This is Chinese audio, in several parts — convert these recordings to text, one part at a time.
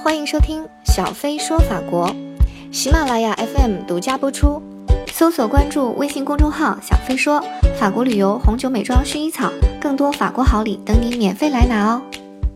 欢迎收听小飞说法国，喜马拉雅 FM 独家播出，搜索关注微信公众号小飞说，法国旅游、红酒、美妆、薰衣草，更多法国好礼等你免费来拿哦。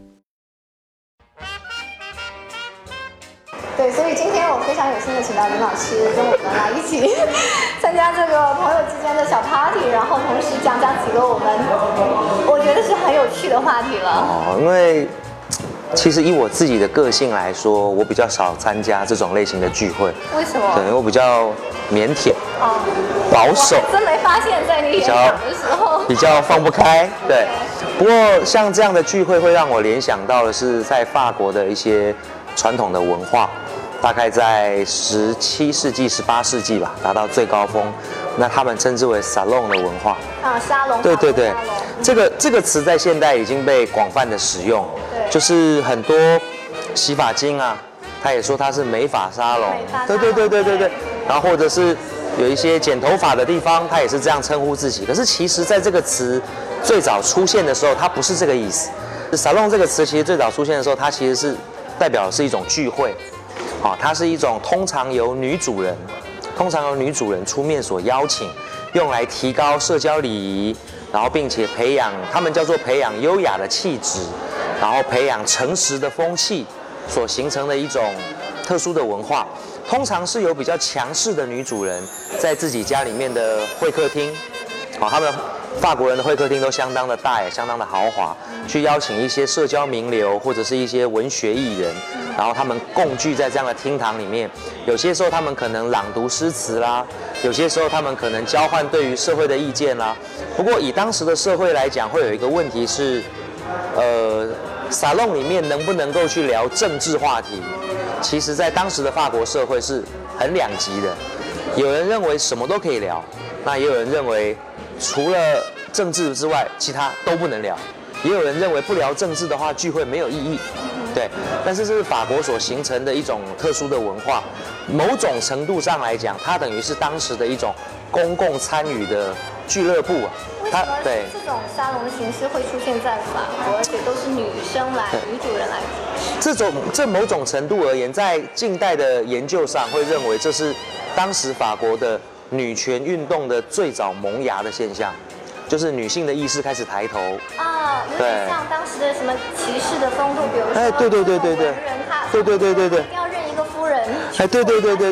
对，所以今天我非常有幸的请到林老师跟我们来一起参加这个朋友之间的小 party， 然后同时讲几个我觉得是很有趣的话题了。 因为其实以我自己的个性来说，我比较少参加这种类型的聚会。 为什么？ 对，我比较腼腆，保守。 我真没发现，在你演讲的时候比较放不开。对，不过像这样的聚会会让我联想到的是在法国的一些传统的文化。大概在17世纪、18世纪吧，达到最高峰。那他们称之为沙龙的文化。 沙龙。 对，这个词在现代已经被广泛的使用。就是很多洗发精啊，他也说它是美发沙龙。对。然后或者是有一些剪头发的地方，他也是这样称呼自己。可是其实在这个词最早出现的时候，它不是这个意思。沙龙这个词其实最早出现的时候，它其实是代表的是一种聚会。它是一种通常由女主人出面所邀请，用来提高社交礼仪，然后并且他们叫做培养优雅的气质，然后培养诚实的风气所形成的一种特殊的文化。通常是由比较强势的女主人在自己家里面的会客厅，他们法国人的会客厅都相当的大，也相当的豪华，去邀请一些社交名流或者是一些文学艺人，然后他们共聚在这样的厅堂里面。有些时候他们可能朗读诗词啦，有些时候他们可能交换对于社会的意见啦。不过以当时的社会来讲，会有一个问题是，沙龙里面能不能够去聊政治话题？其实在当时的法国社会是很两极的，有人认为什么都可以聊，那也有人认为除了政治之外，其他都不能聊。也有人认为不聊政治的话，聚会没有意义。对，但是这是法国所形成的一种特殊的文化，某种程度上来讲，它等于是当时的一种公共参与的俱乐部啊。 为什么这种沙龙的形式会出现在法国，而且都是女主人来这某种程度而言，在近代的研究上会认为这是当时法国的女权运动的最早萌芽的现象，就是女性的意识开始抬头有点像当时的什么骑士的风度，比如说对， 文人他一定要认一个夫人， 对， 夫人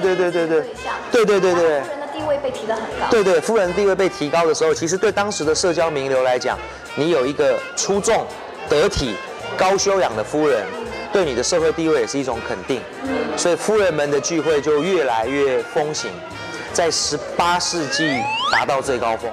的地位被提得很高， 对，夫人地位被提高的时候，其实对当时的社交名流来讲，你有一个出众、得体、高修养的夫人，对你的社会地位也是一种肯定，所以夫人们的聚会就越来越风行，在18世纪达到最高峰。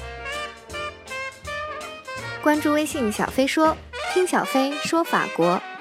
关注微信小飞说，听小飞说法国。